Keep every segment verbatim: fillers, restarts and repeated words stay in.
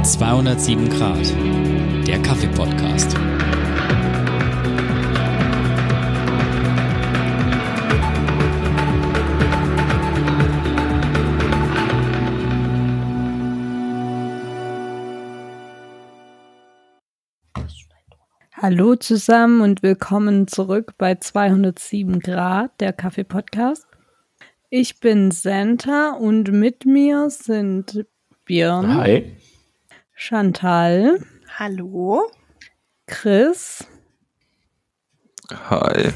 zweihundertsieben Grad, der Kaffee-Podcast. Hallo zusammen und willkommen zurück bei zweihundertsieben Grad, der Kaffee-Podcast. Ich bin Senta und mit mir sind Björn. Hi. Chantal. Hallo. Chris. Hi.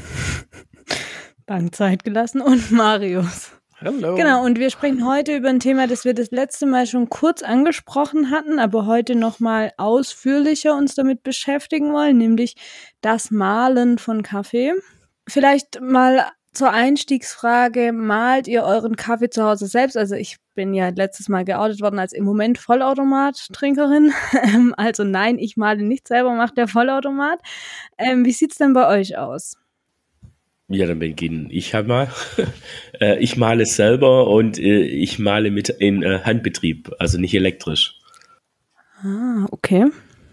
Bank Zeit gelassen und Marius. Hallo. Genau, und wir sprechen heute über ein Thema, das wir das letzte Mal schon kurz angesprochen hatten, aber heute nochmal ausführlicher uns damit beschäftigen wollen, nämlich das Mahlen von Kaffee. Vielleicht mal zur Einstiegsfrage, mahlt ihr euren Kaffee zu Hause selbst? Also ich bin ja letztes Mal geoutet worden als im Moment Vollautomat-Trinkerin. Also nein, ich mahle nicht selber, macht der Vollautomat. Ähm, wie sieht's denn bei euch aus? Ja, dann beginne ich halt mal. Ich male selber und ich male mit in Handbetrieb, also nicht elektrisch. Ah, okay.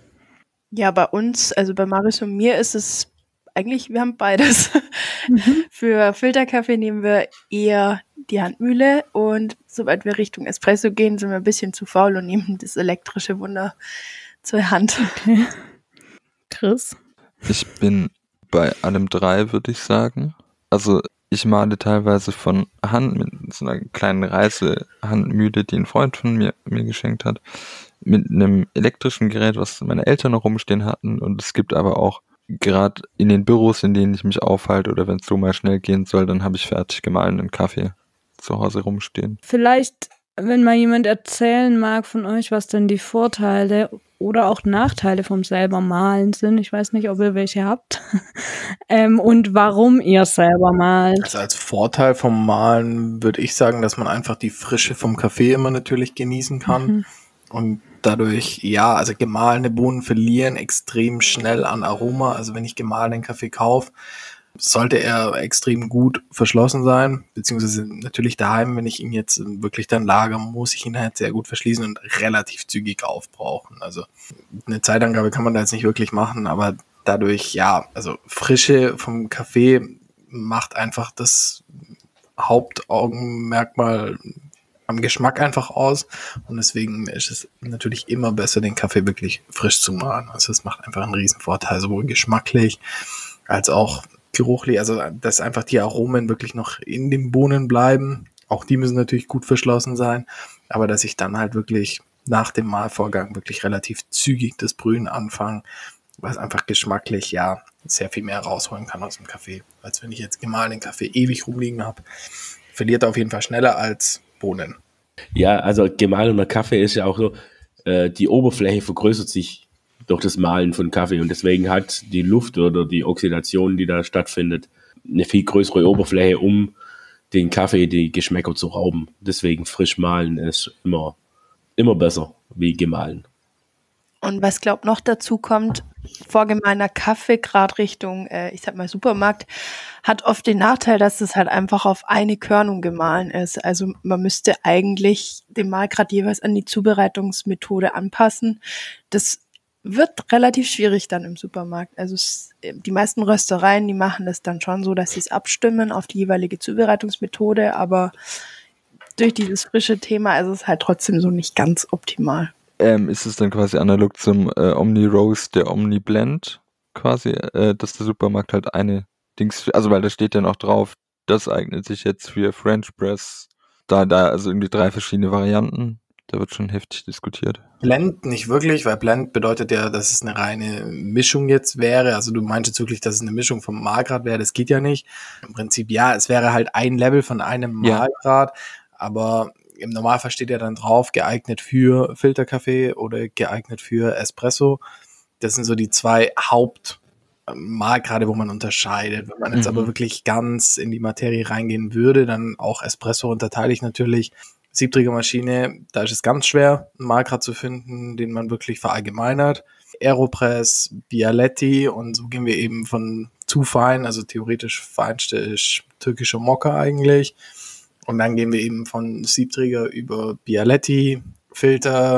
Ja, bei uns, also bei Marius und mir ist es eigentlich, wir haben beides. Mhm. Für Filterkaffee nehmen wir eher die Handmühle und sobald wir Richtung Espresso gehen, sind wir ein bisschen zu faul und nehmen das elektrische Wunder zur Hand. Okay. Chris? Ich bin bei allem drei, würde ich sagen. Also ich male teilweise von Hand mit so einer kleinen Reisehandmühle, die ein Freund von mir mir geschenkt hat, mit einem elektrischen Gerät, was meine Eltern noch rumstehen hatten. Und es gibt aber auch gerade in den Büros, in denen ich mich aufhalte oder wenn es so mal schnell gehen soll, dann habe ich fertig gemahlenen Kaffee zu Hause rumstehen. Vielleicht, wenn mal jemand erzählen mag von euch, was denn die Vorteile oder auch Nachteile vom selber Mahlen sind. Ich weiß nicht, ob ihr welche habt. ähm, und warum ihr selber malt. Also als Vorteil vom Mahlen würde ich sagen, dass man einfach die Frische vom Kaffee immer natürlich genießen kann. Mhm. Und dadurch, ja, also gemahlene Bohnen verlieren extrem schnell an Aroma. Also wenn ich gemahlenen Kaffee kaufe, sollte er extrem gut verschlossen sein, beziehungsweise natürlich daheim, wenn ich ihn jetzt wirklich dann lagere, muss ich ihn halt sehr gut verschließen und relativ zügig aufbrauchen. Also eine Zeitangabe kann man da jetzt nicht wirklich machen, aber dadurch, ja, also Frische vom Kaffee macht einfach das Hauptaugenmerkmal am Geschmack einfach aus und deswegen ist es natürlich immer besser, den Kaffee wirklich frisch zu mahlen. Also es macht einfach einen riesen Vorteil, sowohl geschmacklich als auch geruchlich, also dass einfach die Aromen wirklich noch in den Bohnen bleiben. Auch die müssen natürlich gut verschlossen sein, aber dass ich dann halt wirklich nach dem Mahlvorgang wirklich relativ zügig das Brühen anfange, was einfach geschmacklich ja sehr viel mehr rausholen kann aus dem Kaffee, als wenn ich jetzt gemahlenen Kaffee ewig rumliegen habe. Verliert er auf jeden Fall schneller als Bohnen. Ja, also gemahlener Kaffee ist ja auch so, äh, die Oberfläche vergrößert sich durch das Mahlen von Kaffee und deswegen hat die Luft oder die Oxidation, die da stattfindet, eine viel größere Oberfläche, um den Kaffee die Geschmäcker zu rauben. Deswegen frisch mahlen ist immer, immer besser wie gemahlen. Und was glaubt noch dazu kommt, vorgemahlener Kaffee, gerade Richtung, äh, ich sag mal Supermarkt, hat oft den Nachteil, dass es halt einfach auf eine Körnung gemahlen ist. Also man müsste eigentlich den Mahlgrad jeweils an die Zubereitungsmethode anpassen. Das wird relativ schwierig dann im Supermarkt. Also es, die meisten Röstereien, die machen das dann schon so, dass sie es abstimmen auf die jeweilige Zubereitungsmethode, aber durch dieses frische Thema ist es halt trotzdem so nicht ganz optimal. Ähm, ist es dann quasi analog zum äh, Omni-Roast, der Omni-Blend quasi, äh, dass der Supermarkt halt eine Dings, also weil da steht dann auch drauf, das eignet sich jetzt für French Press, da, da, also irgendwie drei verschiedene Varianten. Da wird schon heftig diskutiert. Blend nicht wirklich, weil Blend bedeutet ja, dass es eine reine Mischung jetzt wäre. Also du meinst jetzt wirklich, dass es eine Mischung vom Mahlgrad wäre. Das geht ja nicht. Im Prinzip ja, es wäre halt ein Level von einem Mahlgrad, ja. Aber im Normalfall steht ja dann drauf, geeignet für Filterkaffee oder geeignet für Espresso. Das sind so die zwei Hauptmahlgrade, wo man unterscheidet. Wenn man jetzt mhm. aber wirklich ganz in die Materie reingehen würde, dann auch Espresso unterteile ich natürlich. Siebträgermaschine, da ist es ganz schwer, einen Mahlgrad zu finden, den man wirklich verallgemeinert. Aeropress, Bialetti und so gehen wir eben von zu fein, also theoretisch feinste ist türkischer Mokka eigentlich. Und dann gehen wir eben von Siebträger über Bialetti, Filter,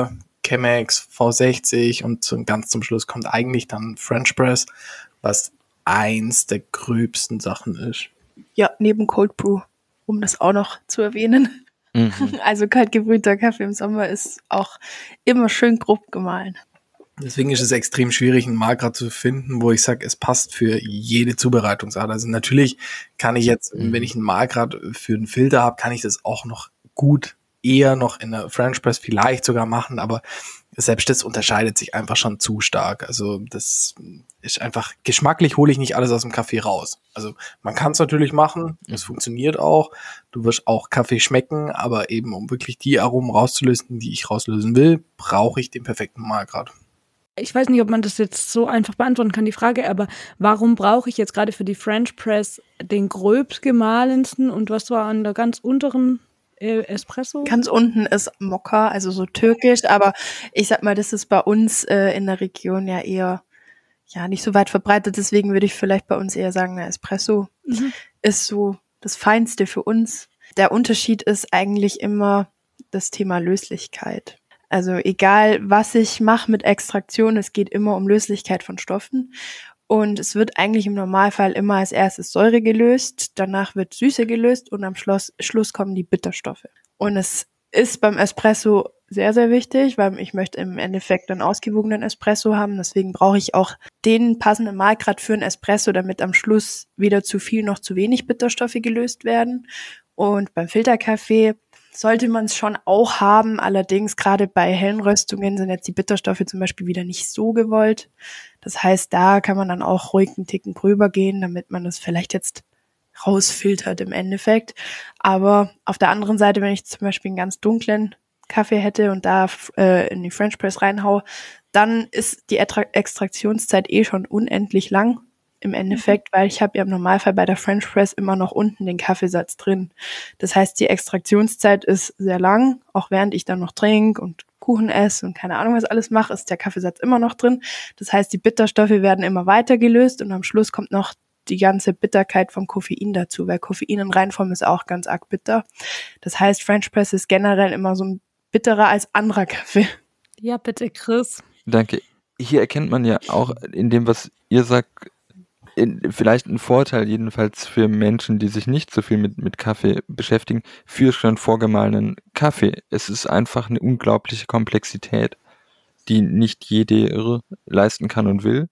Chemex, V sechzig und zum, ganz zum Schluss kommt eigentlich dann French Press, was eins der gröbsten Sachen ist. Ja, neben Cold Brew, um das auch noch zu erwähnen. Mhm. Also kalt gebrühter Kaffee im Sommer ist auch immer schön grob gemahlen. Deswegen ist es extrem schwierig, einen Mahlgrad zu finden, wo ich sage, es passt für jede Zubereitungsart. Also natürlich kann ich jetzt, Mhm. wenn ich einen Mahlgrad für einen Filter habe, kann ich das auch noch gut eher noch in der French Press vielleicht sogar machen, aber selbst das unterscheidet sich einfach schon zu stark. Also das ist einfach, geschmacklich hole ich nicht alles aus dem Kaffee raus. Also man kann es natürlich machen, es funktioniert auch, du wirst auch Kaffee schmecken, aber eben um wirklich die Aromen rauszulösen, die ich rauslösen will, brauche ich den perfekten Mahlgrad. Ich weiß nicht, ob man das jetzt so einfach beantworten kann, die Frage, aber warum brauche ich jetzt gerade für die French Press den gröbst gemahlensten und was war an der ganz unteren äh, Espresso? Ganz unten ist Mokka, also so türkisch, aber ich sag mal, das ist bei uns äh, in der Region ja eher ja nicht so weit verbreitet, deswegen würde ich vielleicht bei uns eher sagen, na, Espresso Mhm. ist so das Feinste für uns. Der Unterschied ist eigentlich immer das Thema Löslichkeit. Also egal, was ich mache mit Extraktion, es geht immer um Löslichkeit von Stoffen. Und es wird eigentlich im Normalfall immer als erstes Säure gelöst, danach wird Süße gelöst und am Schluss, Schluss kommen die Bitterstoffe. Und es ist beim Espresso sehr, sehr wichtig, weil ich möchte im Endeffekt einen ausgewogenen Espresso haben. Deswegen brauche ich auch den passenden Mahlgrad für einen Espresso, damit am Schluss weder zu viel noch zu wenig Bitterstoffe gelöst werden. Und beim Filterkaffee sollte man es schon auch haben. Allerdings gerade bei hellen Röstungen sind jetzt die Bitterstoffe zum Beispiel wieder nicht so gewollt. Das heißt, da kann man dann auch ruhig einen Ticken drüber gehen, damit man das vielleicht jetzt rausfiltert im Endeffekt. Aber auf der anderen Seite, wenn ich zum Beispiel einen ganz dunklen Kaffee hätte und da äh, in die French Press reinhau, dann ist die Etra- Extraktionszeit eh schon unendlich lang im Endeffekt, weil ich habe ja im Normalfall bei der French Press immer noch unten den Kaffeesatz drin. Das heißt, die Extraktionszeit ist sehr lang, auch während ich dann noch trinke und Kuchen esse und keine Ahnung was alles mache, ist der Kaffeesatz immer noch drin. Das heißt, die Bitterstoffe werden immer weiter gelöst und am Schluss kommt noch die ganze Bitterkeit vom Koffein dazu, weil Koffein in Reinform ist auch ganz arg bitter. Das heißt, French Press ist generell immer so ein bitterer als anderer Kaffee. Ja, bitte, Chris. Danke. Hier erkennt man ja auch in dem, was ihr sagt, in, vielleicht ein Vorteil jedenfalls für Menschen, die sich nicht so viel mit, mit Kaffee beschäftigen, für schon vorgemahlenen Kaffee. Es ist einfach eine unglaubliche Komplexität, die nicht jede leisten kann und will.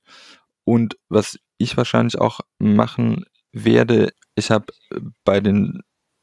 Und was ich wahrscheinlich auch machen werde, ich habe bei den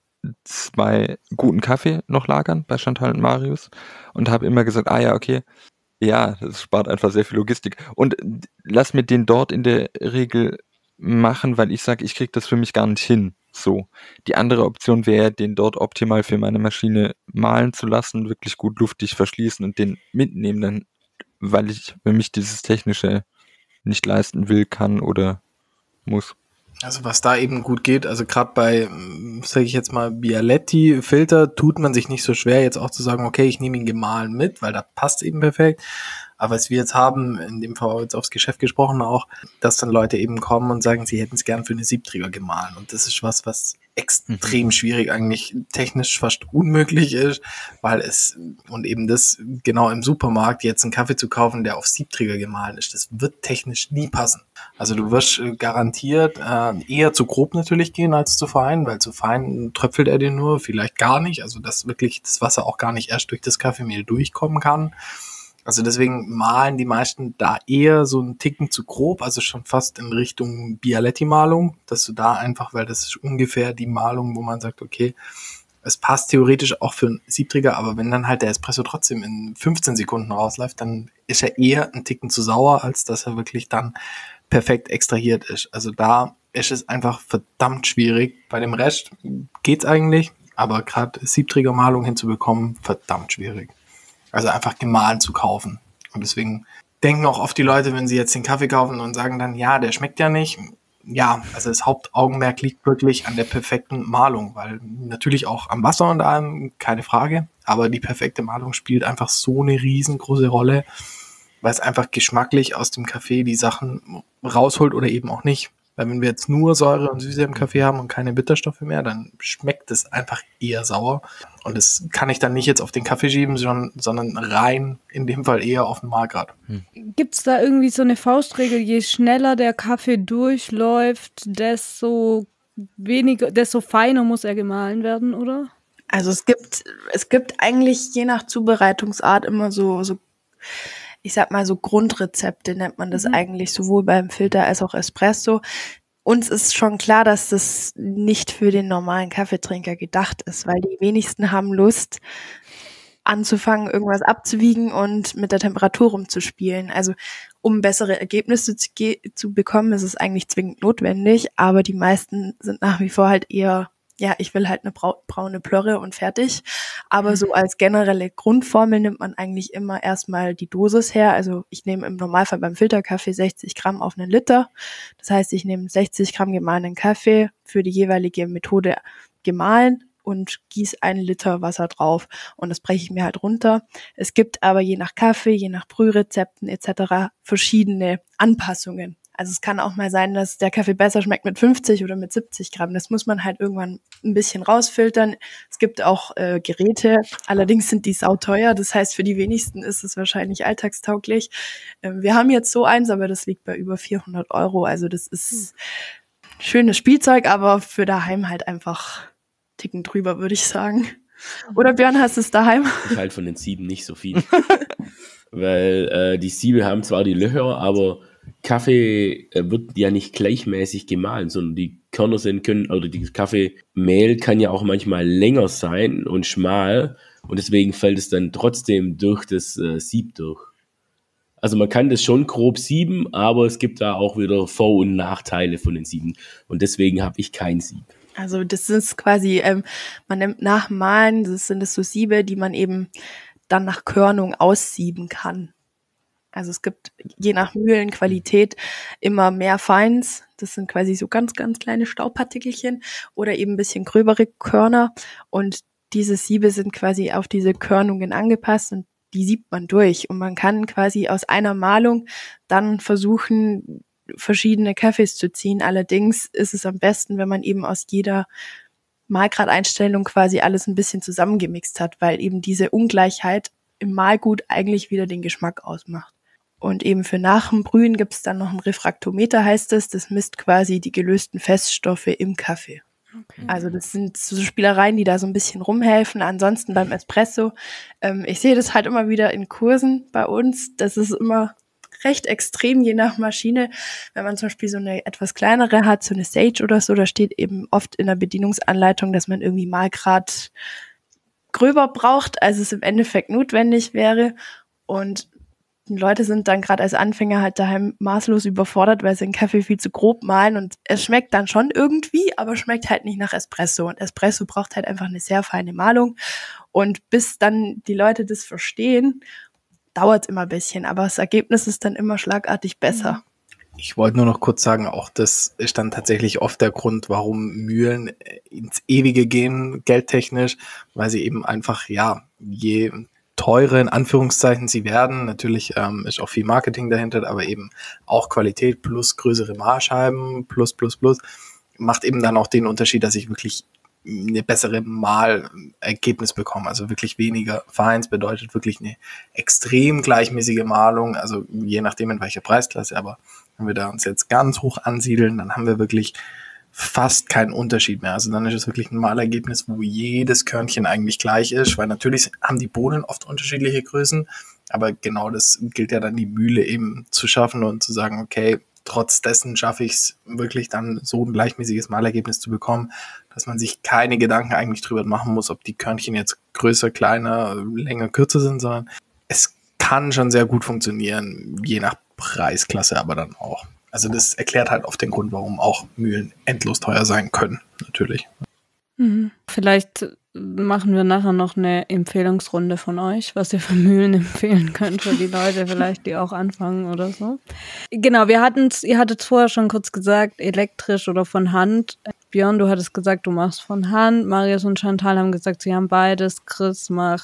zwei guten Kaffee noch lagern, bei Chantal und Marius, und habe immer gesagt, ah ja, okay, ja, das spart einfach sehr viel Logistik. Und lass mir den dort in der Regel machen, weil ich sage, ich kriege das für mich gar nicht hin. So. Die andere Option wäre, den dort optimal für meine Maschine mahlen zu lassen, wirklich gut luftig verschließen und den mitnehmen, dann, weil ich für mich dieses Technische nicht leisten will, kann oder muss. Also was da eben gut geht, also gerade bei, sage ich jetzt mal, Bialetti-Filter tut man sich nicht so schwer, jetzt auch zu sagen, okay, ich nehme ihn gemahlen mit, weil da passt eben perfekt. Aber was wir jetzt haben, in dem Fall jetzt aufs Geschäft gesprochen auch, dass dann Leute eben kommen und sagen, sie hätten es gern für eine Siebträger gemahlen. Und das ist was, was extrem mhm. schwierig, eigentlich technisch fast unmöglich ist, weil es, und eben das genau im Supermarkt jetzt einen Kaffee zu kaufen, der auf Siebträger gemahlen ist, das wird technisch nie passen. Also du wirst äh, garantiert äh, eher zu grob natürlich gehen als zu fein, weil zu fein tröpfelt er dir nur, vielleicht gar nicht, also dass wirklich das Wasser auch gar nicht erst durch das Kaffeemehl durchkommen kann. Also deswegen mahlen die meisten da eher so einen Ticken zu grob, also schon fast in Richtung Bialetti-Malung, dass du da einfach, weil das ist ungefähr die Malung, wo man sagt, okay, es passt theoretisch auch für einen Siebträger, aber wenn dann halt der Espresso trotzdem in fünfzehn Sekunden rausläuft, dann ist er eher ein Ticken zu sauer, als dass er wirklich dann perfekt extrahiert ist. Also da ist es einfach verdammt schwierig. Bei dem Rest geht's eigentlich, aber gerade Siebträgermalung hinzubekommen, verdammt schwierig. Also einfach gemahlen zu kaufen. Und deswegen denken auch oft die Leute, wenn sie jetzt den Kaffee kaufen und sagen dann, ja, der schmeckt ja nicht. Ja, also das Hauptaugenmerk liegt wirklich an der perfekten Mahlung, weil natürlich auch am Wasser und allem, keine Frage, aber die perfekte Mahlung spielt einfach so eine riesengroße Rolle, weil es einfach geschmacklich aus dem Kaffee die Sachen rausholt oder eben auch nicht. Weil wenn wir jetzt nur Säure und Süße im Kaffee haben und keine Bitterstoffe mehr, dann schmeckt es einfach eher sauer. Und das kann ich dann nicht jetzt auf den Kaffee schieben, sondern, sondern rein, in dem Fall eher auf den Mahlgrad. Gibt's da irgendwie so eine Faustregel, je schneller der Kaffee durchläuft, desto weniger, desto feiner muss er gemahlen werden, oder? Also es gibt, es gibt eigentlich je nach Zubereitungsart immer so, so, ich sag mal so Grundrezepte nennt man das Mhm. eigentlich, sowohl beim Filter als auch Espresso. Uns ist schon klar, dass das nicht für den normalen Kaffeetrinker gedacht ist, weil die wenigsten haben Lust, anzufangen, irgendwas abzuwiegen und mit der Temperatur rumzuspielen. Also um bessere Ergebnisse zu, ge- zu bekommen, ist es eigentlich zwingend notwendig, aber die meisten sind nach wie vor halt eher, ja, ich will halt eine brau- braune Plörre und fertig. Aber so als generelle Grundformel nimmt man eigentlich immer erstmal die Dosis her. Also ich nehme im Normalfall beim Filterkaffee sechzig Gramm auf einen Liter. Das heißt, ich nehme sechzig Gramm gemahlenen Kaffee für die jeweilige Methode gemahlen und gieße einen Liter Wasser drauf und das breche ich mir halt runter. Es gibt aber je nach Kaffee, je nach Brührezepten et cetera verschiedene Anpassungen. Also es kann auch mal sein, dass der Kaffee besser schmeckt mit fünfzig oder mit siebzig Gramm. Das muss man halt irgendwann ein bisschen rausfiltern. Es gibt auch äh, Geräte, allerdings sind die sauteuer. Das heißt, für die wenigsten ist es wahrscheinlich alltagstauglich. Ähm, wir haben jetzt so eins, aber das liegt bei über vierhundert Euro. Also das ist schönes Spielzeug, aber für daheim halt einfach Ticken drüber, würde ich sagen. Oder Björn, hast du es daheim? Ich halte von den Sieben nicht so viel. Weil äh, die Siebe haben zwar die Löcher, aber Kaffee äh, wird ja nicht gleichmäßig gemahlen, sondern die Körner sind können, oder die Kaffeemehl kann ja auch manchmal länger sein und schmal und deswegen fällt es dann trotzdem durch das äh, Sieb durch. Also man kann das schon grob sieben, aber es gibt da auch wieder Vor- und Nachteile von den Sieben und deswegen habe ich kein Sieb. Also das ist quasi, ähm, man nimmt nach dem Mahlen, das sind das so Siebe, die man eben dann nach Körnung aussieben kann. Also es gibt je nach Mühlenqualität immer mehr Feins. Das sind quasi so ganz, ganz kleine Staubpartikelchen oder eben ein bisschen gröbere Körner. Und diese Siebe sind quasi auf diese Körnungen angepasst und die siebt man durch. Und man kann quasi aus einer Mahlung dann versuchen, verschiedene Kaffees zu ziehen. Allerdings ist es am besten, wenn man eben aus jeder Mahlgradeinstellung quasi alles ein bisschen zusammengemixt hat, weil eben diese Ungleichheit im Mahlgut eigentlich wieder den Geschmack ausmacht. Und eben für nach dem Brühen gibt es dann noch ein Refraktometer, heißt es. Das misst quasi die gelösten Feststoffe im Kaffee. Okay. Also das sind so Spielereien, die da so ein bisschen rumhelfen. Ansonsten beim Espresso, ähm, ich sehe das halt immer wieder in Kursen bei uns. Das ist immer recht extrem, je nach Maschine. Wenn man zum Beispiel so eine etwas kleinere hat, so eine Sage oder so, da steht eben oft in der Bedienungsanleitung, dass man irgendwie Mahlgrad gröber braucht, als es im Endeffekt notwendig wäre. Und die Leute sind dann gerade als Anfänger halt daheim maßlos überfordert, weil sie den Kaffee viel zu grob mahlen und es schmeckt dann schon irgendwie, aber schmeckt halt nicht nach Espresso. Und Espresso braucht halt einfach eine sehr feine Mahlung. Und bis dann die Leute das verstehen, dauert es immer ein bisschen, aber das Ergebnis ist dann immer schlagartig besser. Ich wollte nur noch kurz sagen, auch das ist dann tatsächlich oft der Grund, warum Mühlen ins Ewige gehen, geldtechnisch, weil sie eben einfach, ja, je teurer in Anführungszeichen sie werden, natürlich ähm, ist auch viel Marketing dahinter, aber eben auch Qualität plus größere Mahlscheiben plus, plus, plus, macht eben dann auch den Unterschied, dass ich wirklich eine bessere Mahlergebnis bekommen. Also wirklich weniger Feins bedeutet wirklich eine extrem gleichmäßige Mahlung, also je nachdem in welcher Preisklasse, aber wenn wir da uns jetzt ganz hoch ansiedeln, dann haben wir wirklich fast keinen Unterschied mehr. Also dann ist es wirklich ein Mahlergebnis, wo jedes Körnchen eigentlich gleich ist, weil natürlich haben die Bohnen oft unterschiedliche Größen, aber genau das gilt ja dann die Mühle eben zu schaffen und zu sagen, okay, trotz dessen schaffe ich es wirklich dann so ein gleichmäßiges Mahlergebnis zu bekommen, dass man sich keine Gedanken eigentlich drüber machen muss, ob die Körnchen jetzt größer, kleiner, länger, kürzer sind, sondern es kann schon sehr gut funktionieren, je nach Preisklasse aber dann auch. Also das erklärt halt oft den Grund, warum auch Mühlen endlos teuer sein können, natürlich. Mhm. Vielleicht machen wir nachher noch eine Empfehlungsrunde von euch, was ihr für Mühlen empfehlen könnt für die Leute vielleicht, die auch anfangen oder so. Genau, wir hatten's, ihr hattet es vorher schon kurz gesagt, elektrisch oder von Hand. Björn, du hattest gesagt, du machst von Hand. Marius und Chantal haben gesagt, sie haben beides. Chris macht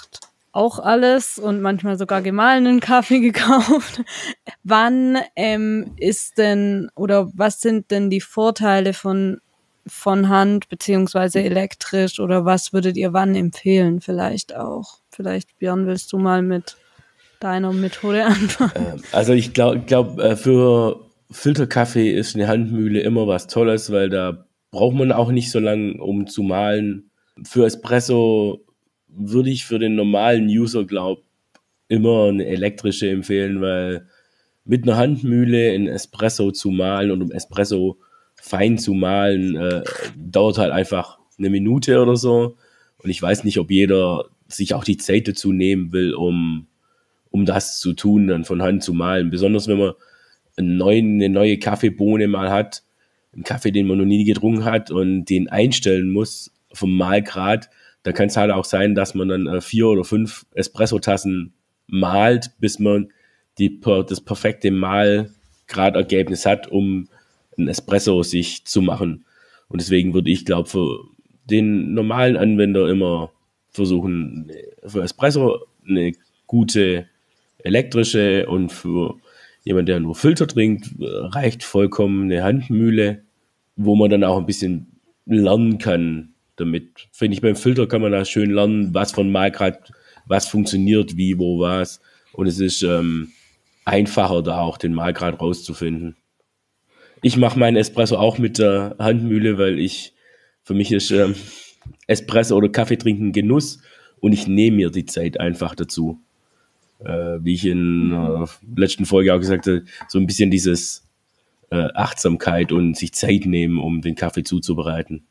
auch alles und manchmal sogar gemahlenen Kaffee gekauft. Wann ähm, ist denn oder was sind denn die Vorteile von von Hand beziehungsweise elektrisch oder was würdet ihr wann empfehlen vielleicht auch? Vielleicht, Björn, willst du mal mit deiner Methode anfangen? Ähm, also ich glaube, glaub, äh, für Filterkaffee ist eine Handmühle immer was Tolles, weil da braucht man auch nicht so lange, um zu mahlen. Für Espresso würde ich für den normalen User, glaube immer eine elektrische empfehlen, weil mit einer Handmühle ein Espresso zu mahlen und um Espresso fein zu mahlen, äh, dauert halt einfach eine Minute oder so. Und ich weiß nicht, ob jeder sich auch die Zeit dazu nehmen will, um, um das zu tun, dann von Hand zu mahlen. Besonders wenn man einen neuen, eine neue Kaffeebohne mal hat, einen Kaffee, den man noch nie getrunken hat und den einstellen muss vom Mahlgrad, da kann es halt auch sein, dass man dann äh, vier oder fünf Espresso-Tassen mahlt, bis man die, das perfekte Mahlgradergebnis hat, um ein Espresso sich zu machen. Und deswegen würde ich, glaube für den normalen Anwender immer versuchen, für Espresso eine gute elektrische und für jemand, der nur Filter trinkt, reicht vollkommen eine Handmühle, wo man dann auch ein bisschen lernen kann damit. Finde ich, beim Filter kann man da schön lernen, was von Mahlgrad, was funktioniert, wie, wo, was. Und es ist ähm, einfacher, da auch den Mahlgrad rauszufinden. Ich mache meinen Espresso auch mit der Handmühle, weil ich, für mich ist ähm, Espresso oder Kaffee trinken Genuss und ich nehme mir die Zeit einfach dazu. Äh, wie ich in der letzten Folge auch gesagt habe, so ein bisschen dieses äh, Achtsamkeit und sich Zeit nehmen, um den Kaffee zuzubereiten.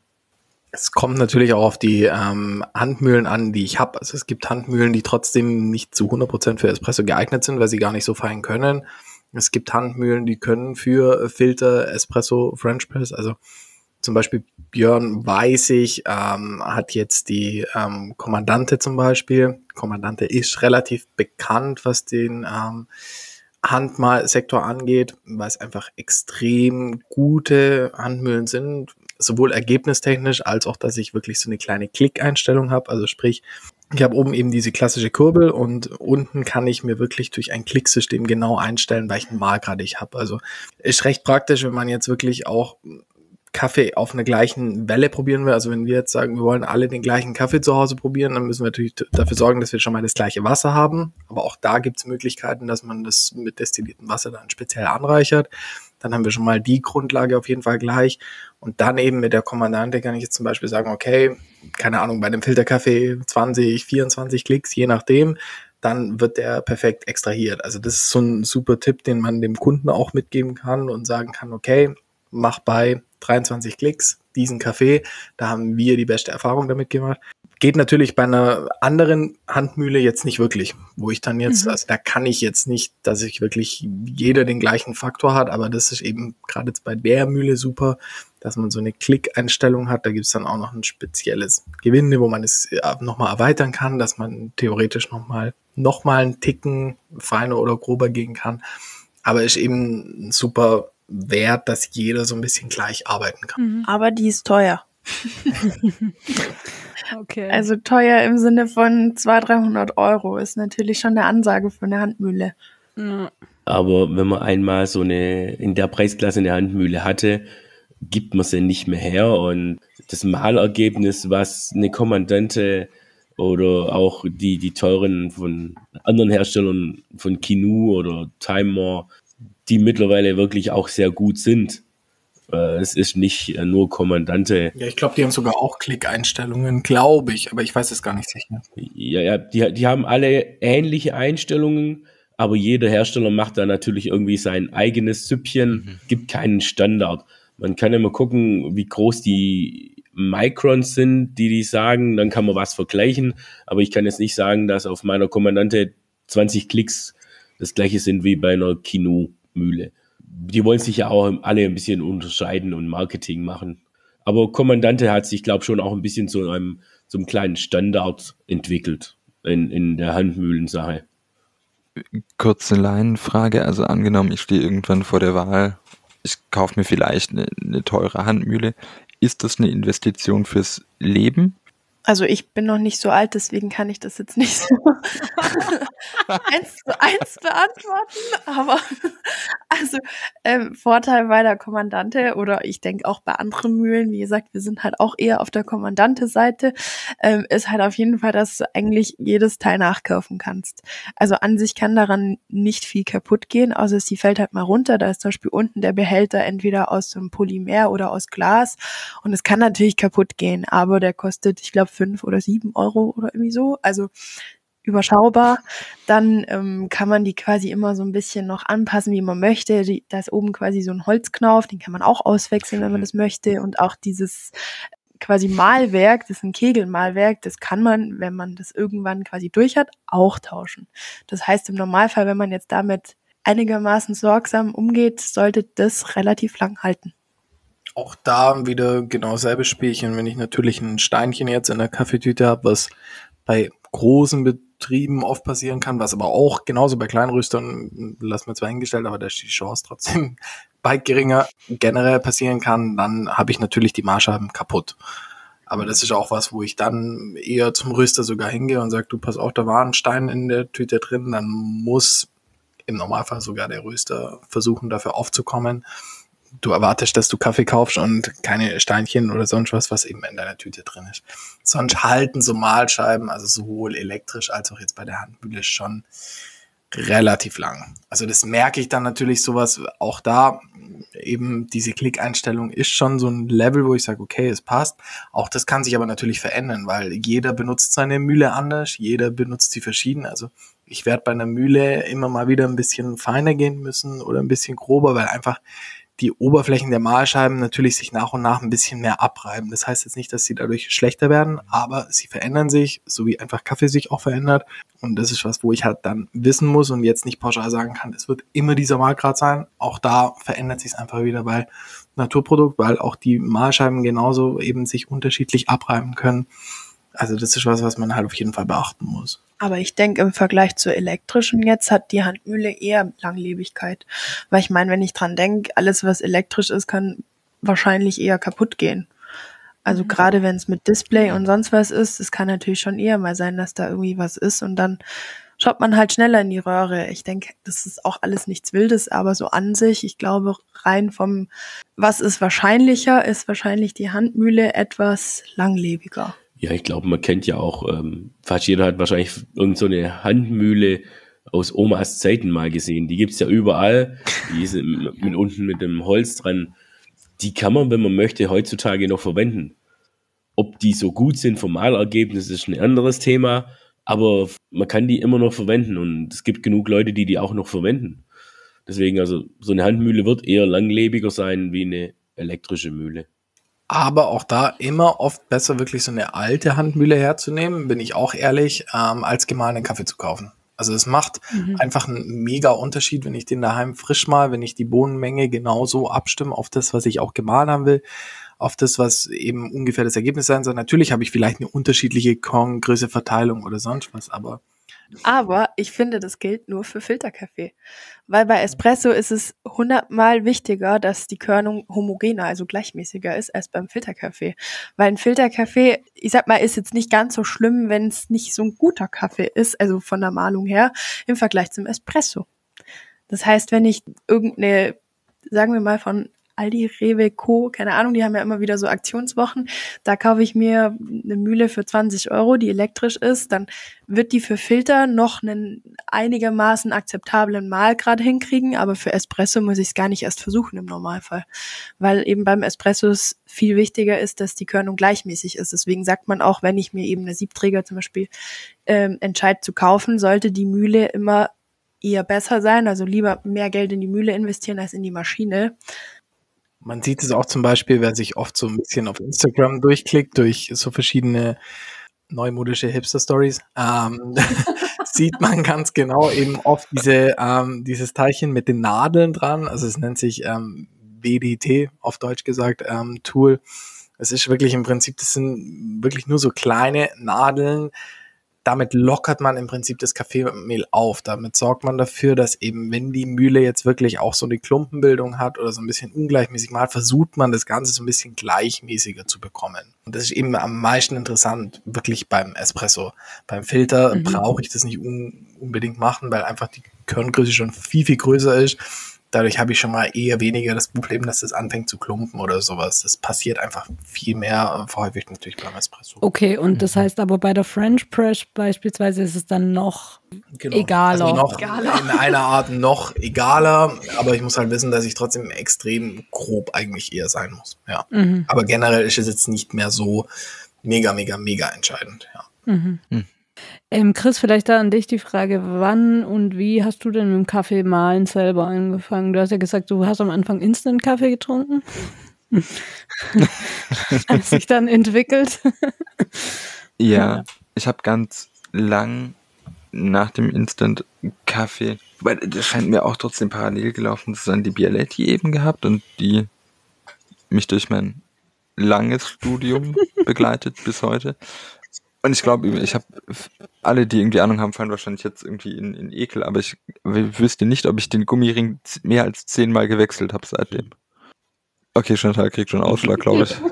Es kommt natürlich auch auf die ähm, Handmühlen an, die ich habe. Also es gibt Handmühlen, die trotzdem nicht zu hundert Prozent für Espresso geeignet sind, weil sie gar nicht so fein können. Es gibt Handmühlen, die können für Filter, Espresso, French Press, also zum Beispiel Björn, weiß ich, ähm, hat jetzt die ähm, Kommandante zum Beispiel. Kommandante ist relativ bekannt, was den ähm, Handmalsektor angeht, weil es einfach extrem gute Handmühlen sind, sowohl ergebnistechnisch als auch, dass ich wirklich so eine kleine Klickeinstellung habe. Also sprich, ich habe oben eben diese klassische Kurbel und unten kann ich mir wirklich durch ein Klicksystem genau einstellen, welchen Mahlgrad ich habe. Also ist recht praktisch, wenn man jetzt wirklich auch Kaffee auf einer gleichen Welle probieren will. Also wenn wir jetzt sagen, wir wollen alle den gleichen Kaffee zu Hause probieren, dann müssen wir natürlich dafür sorgen, dass wir schon mal das gleiche Wasser haben. Aber auch da gibt es Möglichkeiten, dass man das mit destilliertem Wasser dann speziell anreichert. Dann haben wir schon mal die Grundlage auf jeden Fall gleich. Und dann eben mit der Kommandante kann ich jetzt zum Beispiel sagen, okay, keine Ahnung, bei einem Filterkaffee zwanzig, vierundzwanzig Klicks, je nachdem, dann wird der perfekt extrahiert. Also das ist so ein super Tipp, den man dem Kunden auch mitgeben kann und sagen kann, okay, mach bei dreiundzwanzig Klicks diesen Kaffee, da haben wir die beste Erfahrung damit gemacht. Geht natürlich bei einer anderen Handmühle jetzt nicht wirklich, wo ich dann jetzt, mhm. also da kann ich jetzt nicht, dass ich wirklich jeder den gleichen Faktor hat, aber das ist eben gerade jetzt bei der Mühle super, dass man so eine Klickeinstellung hat. Da gibt es dann auch noch ein spezielles Gewinde, wo man es nochmal erweitern kann, dass man theoretisch nochmal noch mal einen Ticken feiner oder grober gehen kann. Aber ist eben super wert, dass jeder so ein bisschen gleich arbeiten kann. Mhm. Aber die ist teuer. Okay. Also teuer im Sinne von zweihundert, dreihundert Euro ist natürlich schon eine Ansage für eine Handmühle. Ja. Aber wenn man einmal so eine, in der Preisklasse eine Handmühle hatte, gibt man sie nicht mehr her und das Mahlergebnis, was eine Kommandante oder auch die, die teuren von anderen Herstellern von Kinu oder Timemore, die mittlerweile wirklich auch sehr gut sind. Es ist nicht nur Kommandante. Ja, ich glaube, die haben sogar auch Klickeinstellungen, glaube ich, aber ich weiß es gar nicht sicher. Ja, ja, die, die haben alle ähnliche Einstellungen, aber jeder Hersteller macht da natürlich irgendwie sein eigenes Süppchen, mhm. gibt keinen Standard. Man kann immer gucken, wie groß die Microns sind, die die sagen, dann kann man was vergleichen, aber ich kann jetzt nicht sagen, dass auf meiner Kommandante zwanzig Klicks das gleiche sind wie bei einer Kinu-Mühle. Die wollen sich ja auch alle ein bisschen unterscheiden und Marketing machen. Aber Kommandante hat sich, glaube ich, schon auch ein bisschen zu einem, zu einem kleinen Standard entwickelt in, in der Handmühlensache. Kurze Laienfrage, also angenommen, ich stehe irgendwann vor der Wahl, ich kaufe mir vielleicht eine, eine teure Handmühle. Ist das eine Investition fürs Leben Also ich bin noch nicht so alt, deswegen kann ich das jetzt nicht so eins zu eins beantworten, aber also ähm, Vorteil bei der Kommandante oder ich denke auch bei anderen Mühlen, wie gesagt, wir sind halt auch eher auf der Kommandante-Seite, ähm, ist halt auf jeden Fall, dass du eigentlich jedes Teil nachkaufen kannst. Also an sich kann daran nicht viel kaputt gehen, außer sie fällt halt mal runter, da ist zum Beispiel unten der Behälter entweder aus so einem Polymer oder aus Glas und es kann natürlich kaputt gehen, aber der kostet, ich glaube, fünf oder sieben Euro oder irgendwie so, also überschaubar. Dann ähm, kann man die quasi immer so ein bisschen noch anpassen, wie man möchte. Die, da ist oben quasi so ein Holzknauf, den kann man auch auswechseln, wenn man das möchte. Und auch dieses quasi Mahlwerk, das ist ein Kegelmahlwerk, das kann man, wenn man das irgendwann quasi durch hat, auch tauschen. Das heißt im Normalfall, wenn man jetzt damit einigermaßen sorgsam umgeht, sollte das relativ lang halten. Auch da wieder genau selbe Spielchen, wenn ich natürlich ein Steinchen jetzt in der Kaffeetüte habe, was bei großen Betrieben oft passieren kann, was aber auch genauso bei Kleinröstern, lassen wir zwar hingestellt, aber da ist die Chance trotzdem weit geringer, generell passieren kann, dann habe ich natürlich die Mahlscheiben kaputt. Aber das ist auch was, wo ich dann eher zum Röster sogar hingehe und sage, du pass auf, da war ein Stein in der Tüte drin, dann muss im Normalfall sogar der Röster versuchen, dafür aufzukommen. Du erwartest, dass du Kaffee kaufst und keine Steinchen oder sonst was, was eben in deiner Tüte drin ist. Sonst halten so Mahlscheiben, also sowohl elektrisch als auch jetzt bei der Handmühle schon relativ lang. Also das merke ich dann natürlich sowas, auch da eben diese Klickeinstellung ist schon so ein Level, wo ich sage, okay, es passt. Auch das kann sich aber natürlich verändern, weil jeder benutzt seine Mühle anders, jeder benutzt sie verschieden. Also ich werde bei einer Mühle immer mal wieder ein bisschen feiner gehen müssen oder ein bisschen grober, weil einfach die Oberflächen der Mahlscheiben natürlich sich nach und nach ein bisschen mehr abreiben. Das heißt jetzt nicht, dass sie dadurch schlechter werden, aber sie verändern sich, so wie einfach Kaffee sich auch verändert. Und das ist was, wo ich halt dann wissen muss und jetzt nicht pauschal sagen kann, es wird immer dieser Mahlgrad sein. Auch da verändert sich es einfach wieder bei Naturprodukt, weil auch die Mahlscheiben genauso eben sich unterschiedlich abreiben können. Also das ist was, was man halt auf jeden Fall beachten muss. Aber ich denke, im Vergleich zur elektrischen jetzt hat die Handmühle eher Langlebigkeit. Weil ich meine, wenn ich dran denke, alles, was elektrisch ist, kann wahrscheinlich eher kaputt gehen. Also mhm. gerade wenn es mit Display und sonst was ist, es kann natürlich schon eher mal sein, dass da irgendwie was ist und dann schaut man halt schneller in die Röhre. Ich denke, das ist auch alles nichts Wildes, aber so an sich, ich glaube, rein vom, was ist wahrscheinlicher, ist wahrscheinlich die Handmühle etwas langlebiger. Ja, ich glaube, man kennt ja auch, ähm, fast jeder hat wahrscheinlich irgend so eine Handmühle aus Omas Zeiten mal gesehen. Die gibt's ja überall. Die ist mit unten mit dem Holz dran. Die kann man, wenn man möchte, heutzutage noch verwenden. Ob die so gut sind vom Mahlergebnis, ist ein anderes Thema. Aber man kann die immer noch verwenden und es gibt genug Leute, die die auch noch verwenden. Deswegen, also so eine Handmühle wird eher langlebiger sein wie eine elektrische Mühle. Aber auch da immer oft besser, wirklich so eine alte Handmühle herzunehmen, bin ich auch ehrlich, ähm, als gemahlenen Kaffee zu kaufen. Also es macht mhm. einfach einen mega Unterschied, wenn ich den daheim frisch mal, wenn ich die Bohnenmenge genauso abstimme auf das, was ich auch gemahlen haben will, auf das, was eben ungefähr das Ergebnis sein soll. Natürlich habe ich vielleicht eine unterschiedliche Korngröße, Verteilung oder sonst was, aber Aber ich finde, das gilt nur für Filterkaffee. Weil bei Espresso ist es hundertmal wichtiger, dass die Körnung homogener, also gleichmäßiger ist, als beim Filterkaffee. Weil ein Filterkaffee, ich sag mal, ist jetzt nicht ganz so schlimm, wenn es nicht so ein guter Kaffee ist, also von der Mahlung her, im Vergleich zum Espresso. Das heißt, wenn ich irgendeine, sagen wir mal von Aldi, Rewe, Co., keine Ahnung, die haben ja immer wieder so Aktionswochen. Da kaufe ich mir eine Mühle für zwanzig Euro, die elektrisch ist. Dann wird die für Filter noch einen einigermaßen akzeptablen Mahlgrad hinkriegen, aber für Espresso muss ich es gar nicht erst versuchen im Normalfall. Weil eben beim Espresso es viel wichtiger ist, dass die Körnung gleichmäßig ist. Deswegen sagt man auch, wenn ich mir eben eine Siebträger zum Beispiel ähm, entscheide zu kaufen, sollte die Mühle immer eher besser sein. Also lieber mehr Geld in die Mühle investieren als in die Maschine. Man sieht es auch zum Beispiel, wer sich oft so ein bisschen auf Instagram durchklickt, durch so verschiedene neumodische Hipster-Stories, ähm, sieht man ganz genau eben oft diese ähm, dieses Teilchen mit den Nadeln dran. Also es nennt sich ähm, B D T, auf Deutsch gesagt, ähm, Tool. Es ist wirklich im Prinzip, das sind wirklich nur so kleine Nadeln, damit lockert man im Prinzip das Kaffeemehl auf. Damit sorgt man dafür, dass eben, wenn die Mühle jetzt wirklich auch so eine Klumpenbildung hat oder so ein bisschen ungleichmäßig malt, versucht man das Ganze so ein bisschen gleichmäßiger zu bekommen. Und das ist eben am meisten interessant, wirklich beim Espresso. Beim Filter mhm. brauche ich das nicht un- unbedingt machen, weil einfach die Körngröße schon viel, viel größer ist. Dadurch habe ich schon mal eher weniger das Problem, dass das anfängt zu klumpen oder sowas. Das passiert einfach viel mehr, häufig natürlich beim Espresso. Okay, und das heißt aber bei der French Press beispielsweise ist es dann noch genau. egaler. Also noch egaler. In einer Art noch egaler, aber ich muss halt wissen, dass ich trotzdem extrem grob eigentlich eher sein muss. Ja. Mhm. Aber generell ist es jetzt nicht mehr so mega, mega, mega entscheidend. Ja. Mhm. Mhm. Ähm, Chris, vielleicht da an dich die Frage, wann und wie hast du denn mit dem Kaffee mahlen selber angefangen? Du hast ja gesagt, du hast am Anfang Instant-Kaffee getrunken. Hat sich dann entwickelt. Ja, ja. Ich habe ganz lang nach dem Instant-Kaffee, weil das scheint mir auch trotzdem parallel gelaufen zu sein, die Bialetti eben gehabt und die mich durch mein langes Studium begleitet bis heute. Und ich glaube, ich habe alle, die irgendwie Ahnung haben, fallen wahrscheinlich jetzt irgendwie in, in Ekel, aber ich wüsste nicht, ob ich den Gummiring mehr als zehnmal gewechselt habe seitdem. Okay, Chantal kriegt schon Ausschlag, glaube ich.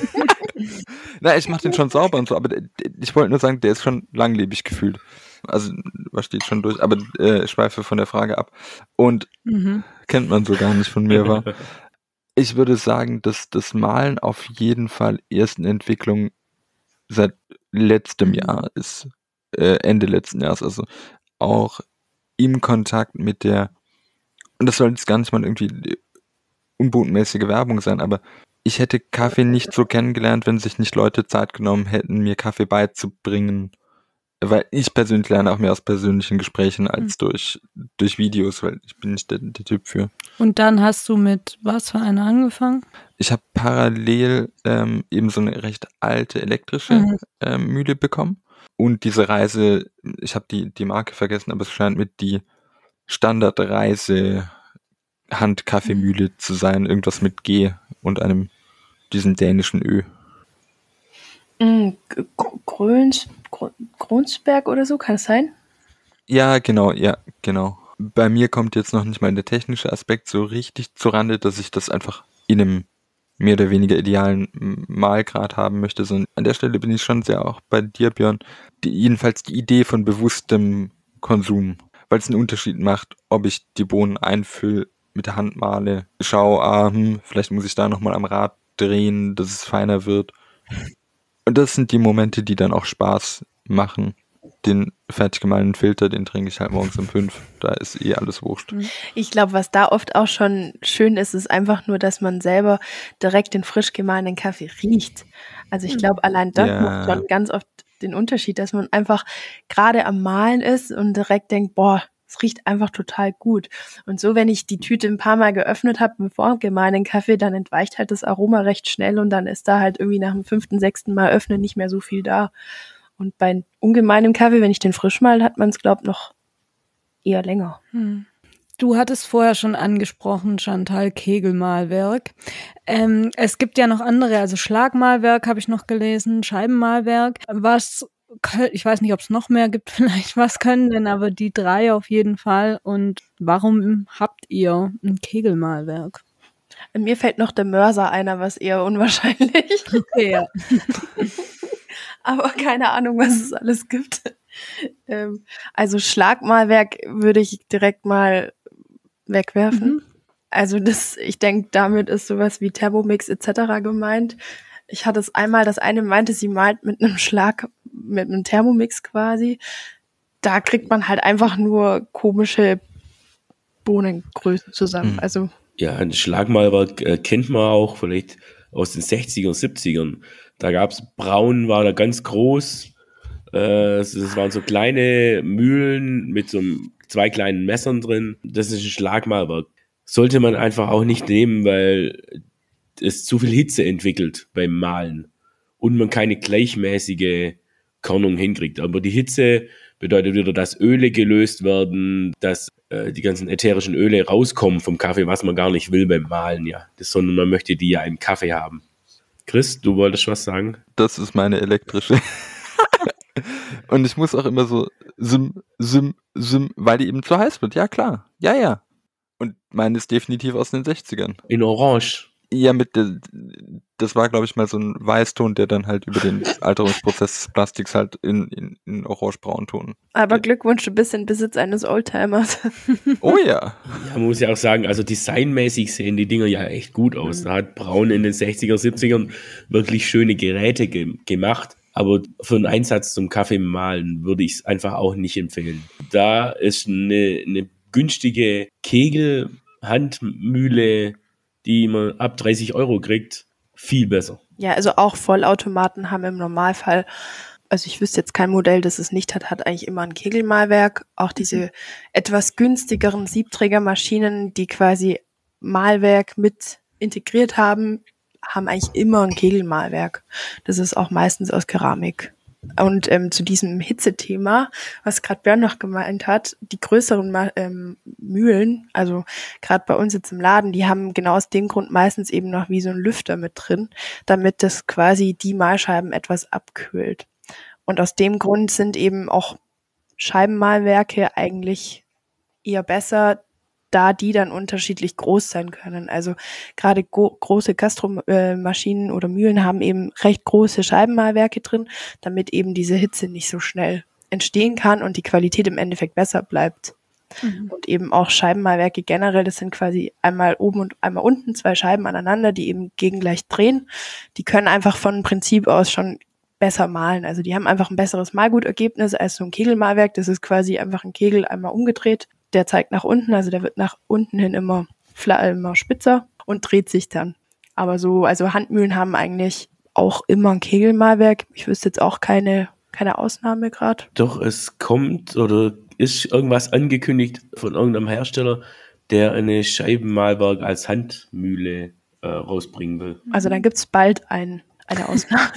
Na, ich mache den schon sauber und so, aber ich wollte nur sagen, der ist schon langlebig gefühlt. Also, was steht schon durch, aber äh, ich schweife von der Frage ab. Und mhm. kennt man so gar nicht von mir, war. Ich würde sagen, dass das Malen auf jeden Fall erst eine Entwicklung seit letztem Jahr ist, äh, Ende letzten Jahres, also auch im Kontakt mit der, und das soll jetzt gar nicht mal irgendwie unbotmäßige Werbung sein, aber ich hätte Kaffee nicht so kennengelernt, wenn sich nicht Leute Zeit genommen hätten, mir Kaffee beizubringen, weil ich persönlich lerne auch mehr aus persönlichen Gesprächen als mhm. durch, durch Videos, weil ich bin nicht der, der Typ für. Und dann hast du mit was für einer angefangen? Ich habe parallel ähm, eben so eine recht alte elektrische mhm. ähm, Mühle bekommen und diese Reise, ich habe die, die Marke vergessen, aber es scheint mit die Standardreise Handkaffeemühle zu sein, irgendwas mit G und einem, diesem dänischen Ö. Mm, Gröns, Gronsberg oder so, kann es sein? Ja, genau, ja, genau. Bei mir kommt jetzt noch nicht mal der technische Aspekt so richtig zurande, dass ich das einfach in einem mehr oder weniger idealen Mahlgrad haben möchte, sondern an der Stelle bin ich schon sehr auch bei dir, Björn, die, jedenfalls die Idee von bewusstem Konsum, weil es einen Unterschied macht, ob ich die Bohnen einfülle, mit der Hand male, schaue, ah, hm, vielleicht muss ich da nochmal am Rad drehen, dass es feiner wird. Und das sind die Momente, die dann auch Spaß machen. Den fertig gemahlenen Filter, den trinke ich halt morgens um fünf. Da ist eh alles wurscht. Ich glaube, was da oft auch schon schön ist, ist einfach nur, dass man selber direkt den frisch gemahlenen Kaffee riecht. Also ich glaube, allein das ja. macht schon ganz oft den Unterschied, dass man einfach gerade am Mahlen ist und direkt denkt, boah, es riecht einfach total gut. Und so, wenn ich die Tüte ein paar Mal geöffnet habe mit vorgemahlenen Kaffee, dann entweicht halt das Aroma recht schnell und dann ist da halt irgendwie nach dem fünften, sechsten Mal öffnen nicht mehr so viel da. Und bei ungemeinem Kaffee, wenn ich den frisch mal, hat man es, glaube ich, noch eher länger. Hm. Du hattest vorher schon angesprochen, Chantal, Kegelmahlwerk. Ähm, es gibt ja noch andere, also Schlagmahlwerk habe ich noch gelesen, Scheibenmahlwerk. Was, ich weiß nicht, ob es noch mehr gibt vielleicht, was können denn aber die drei auf jeden Fall? Und warum habt ihr ein Kegelmahlwerk? Mir fällt noch der Mörser einer, was eher unwahrscheinlich. Okay, ja. Aber keine Ahnung, was es alles gibt. Ähm, also Schlagmahlwerk würde ich direkt mal wegwerfen. Mhm. Also das, ich denke, damit ist sowas wie Thermomix et cetera gemeint. Ich hatte es einmal, das eine meinte, sie malt mit einem Schlag, mit einem Thermomix quasi. Da kriegt man halt einfach nur komische Bohnengrößen zusammen. Mhm. Also ja, ein Schlagmahlwerk äh, kennt man auch vielleicht aus den sechzigern, siebzigern. Da gab's Braun, war da ganz groß. Äh, das waren so kleine Mühlen mit so zwei kleinen Messern drin. Das ist ein Schlagmahlwerk. Sollte man einfach auch nicht nehmen, weil es zu viel Hitze entwickelt beim Mahlen und man keine gleichmäßige Körnung hinkriegt. Aber die Hitze bedeutet wieder, dass Öle gelöst werden, dass äh, die ganzen ätherischen Öle rauskommen vom Kaffee, was man gar nicht will beim Mahlen, ja. Das, sondern man möchte die ja im Kaffee haben. Chris, du wolltest was sagen? Das ist meine elektrische. Und ich muss auch immer so sim, sim, sim, weil die eben zu heiß wird. Ja, klar. Ja, ja. Und meine ist definitiv aus den sechzigern. In Orange. Ja, mit der, das war, glaube ich, mal so ein Weißton, der dann halt über den Alterungsprozess des Plastiks halt in, in, in orange-braun-Ton. Aber geht. Glückwunsch, du bist in Besitz eines Oldtimers. Oh ja. Ja, man muss ja auch sagen, also designmäßig sehen die Dinger ja echt gut aus. Da hat Braun in den sechziger, siebzigern wirklich schöne Geräte ge- gemacht. Aber für einen Einsatz zum Kaffee mahlen würde ich es einfach auch nicht empfehlen. Da ist eine, eine günstige Kegel-Handmühle, die man ab dreißig Euro kriegt, viel besser. Ja, also auch Vollautomaten haben im Normalfall, also ich wüsste jetzt kein Modell, das es nicht hat, hat eigentlich immer ein Kegelmahlwerk. Auch diese etwas günstigeren Siebträgermaschinen, die quasi Mahlwerk mit integriert haben, haben eigentlich immer ein Kegelmahlwerk. Das ist auch meistens aus Keramik. Und ähm, zu diesem Hitzethema, was gerade Björn noch gemeint hat, die größeren Ma- ähm, Mühlen, also gerade bei uns jetzt im Laden, die haben genau aus dem Grund meistens eben noch wie so ein Lüfter mit drin, damit das quasi die Mahlscheiben etwas abkühlt. Und aus dem Grund sind eben auch Scheibenmahlwerke eigentlich eher besser, da die dann unterschiedlich groß sein können. Also gerade go- große Gastromaschinen oder Mühlen haben eben recht große Scheibenmahlwerke drin, damit eben diese Hitze nicht so schnell entstehen kann und die Qualität im Endeffekt besser bleibt. Mhm. Und eben auch Scheibenmahlwerke generell, das sind quasi einmal oben und einmal unten zwei Scheiben aneinander, die eben gegengleich drehen. Die können einfach von Prinzip aus schon besser mahlen. Also die haben einfach ein besseres Mahlgutergebnis als so ein Kegelmahlwerk. Das ist quasi einfach ein Kegel einmal umgedreht. Der zeigt nach unten, also der wird nach unten hin immer, immer spitzer und dreht sich dann. Aber so, also Handmühlen haben eigentlich auch immer ein Kegelmahlwerk. Ich wüsste jetzt auch keine, keine Ausnahme gerade. Doch, es kommt oder ist irgendwas angekündigt von irgendeinem Hersteller, der eine Scheibenmahlwerk als Handmühle äh, rausbringen will. Also dann gibt's bald ein, eine Ausnahme.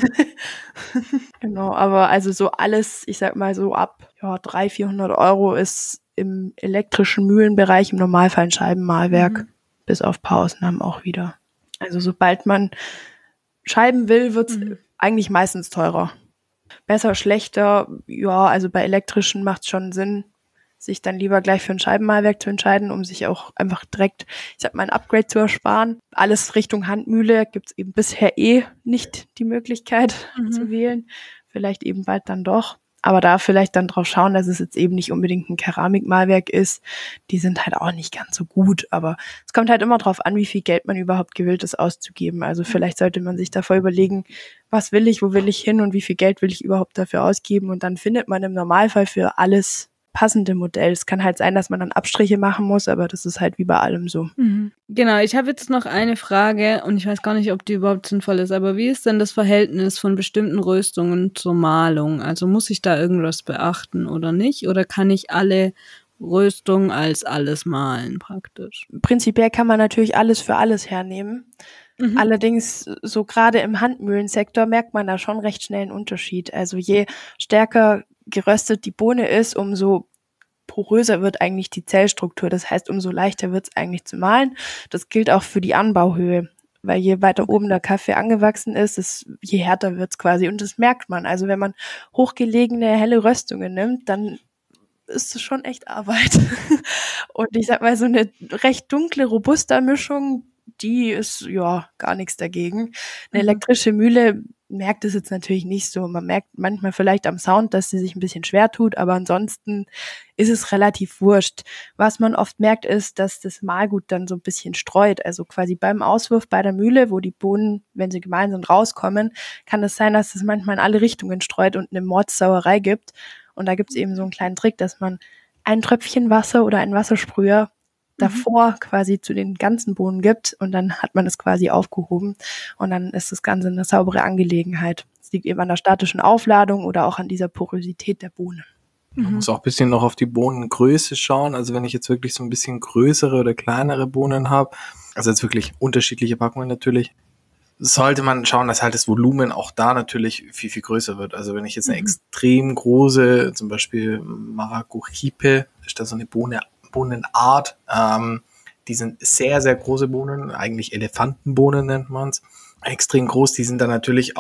Genau, aber also so alles, ich sag mal so ab ja, dreihundert, vierhundert Euro ist im elektrischen Mühlenbereich im Normalfall ein Scheibenmahlwerk, mhm. bis auf paar Ausnahmen auch wieder. Also sobald man Scheiben will, wird's mhm. eigentlich meistens teurer. Besser, schlechter, ja, also bei elektrischen macht es schon Sinn, sich dann lieber gleich für ein Scheibenmahlwerk zu entscheiden, um sich auch einfach direkt, ich sag mal, ein Upgrade zu ersparen. Alles Richtung Handmühle gibt's eben bisher eh nicht die Möglichkeit mhm. zu wählen. Vielleicht eben bald dann doch. Aber da vielleicht dann drauf schauen, dass es jetzt eben nicht unbedingt ein Keramikmahlwerk ist. Die sind halt auch nicht ganz so gut. Aber es kommt halt immer drauf an, wie viel Geld man überhaupt gewillt ist auszugeben. Also vielleicht sollte man sich davor überlegen, was will ich, wo will ich hin und wie viel Geld will ich überhaupt dafür ausgeben. Und dann findet man im Normalfall für alles passende Modell. Es kann halt sein, dass man dann Abstriche machen muss, aber das ist halt wie bei allem so. Mhm. Genau, ich habe jetzt noch eine Frage und ich weiß gar nicht, ob die überhaupt sinnvoll ist, aber wie ist denn das Verhältnis von bestimmten Röstungen zur Mahlung? Also muss ich da irgendwas beachten oder nicht? Oder kann ich alle Röstungen als alles mahlen praktisch? Prinzipiell kann man natürlich alles für alles hernehmen. Mhm. Allerdings, so gerade im Handmühlensektor merkt man da schon recht schnell einen Unterschied. Also je stärker geröstet die Bohne ist, umso poröser wird eigentlich die Zellstruktur. Das heißt, umso leichter wird es eigentlich zu mahlen. Das gilt auch für die Anbauhöhe, weil je weiter oben der Kaffee angewachsen ist, das, je härter wird es quasi. Und das merkt man. Also wenn man hochgelegene, helle Röstungen nimmt, dann ist es schon echt Arbeit. Und ich sag mal, so eine recht dunkle Robusta-Mischung, die ist ja gar nichts dagegen. Eine elektrische Mühle merkt es jetzt natürlich nicht so. Man merkt manchmal vielleicht am Sound, dass sie sich ein bisschen schwer tut, aber ansonsten ist es relativ wurscht. Was man oft merkt, ist, dass das Mahlgut dann so ein bisschen streut. Also quasi beim Auswurf bei der Mühle, wo die Bohnen, wenn sie gemahlen sind, rauskommen, kann es sein, dass es manchmal in alle Richtungen streut und eine Mordsauerei gibt. Und da gibt es eben so einen kleinen Trick, dass man ein Tröpfchen Wasser oder einen Wassersprüher davor quasi zu den ganzen Bohnen gibt und dann hat man es quasi aufgehoben und dann ist das Ganze eine saubere Angelegenheit. Es liegt eben an der statischen Aufladung oder auch an dieser Porosität der Bohne. Man muss auch ein bisschen noch auf die Bohnengröße schauen. Also wenn ich jetzt wirklich so ein bisschen größere oder kleinere Bohnen habe, also jetzt wirklich unterschiedliche Packungen natürlich, sollte man schauen, dass halt das Volumen auch da natürlich viel, viel größer wird. Also wenn ich jetzt eine mhm. extrem große, zum Beispiel Maracujipe, ist da so eine Bohne Bohnenart. Ähm, die sind sehr, sehr große Bohnen, eigentlich Elefantenbohnen nennt man es. Extrem groß, die sind dann natürlich auch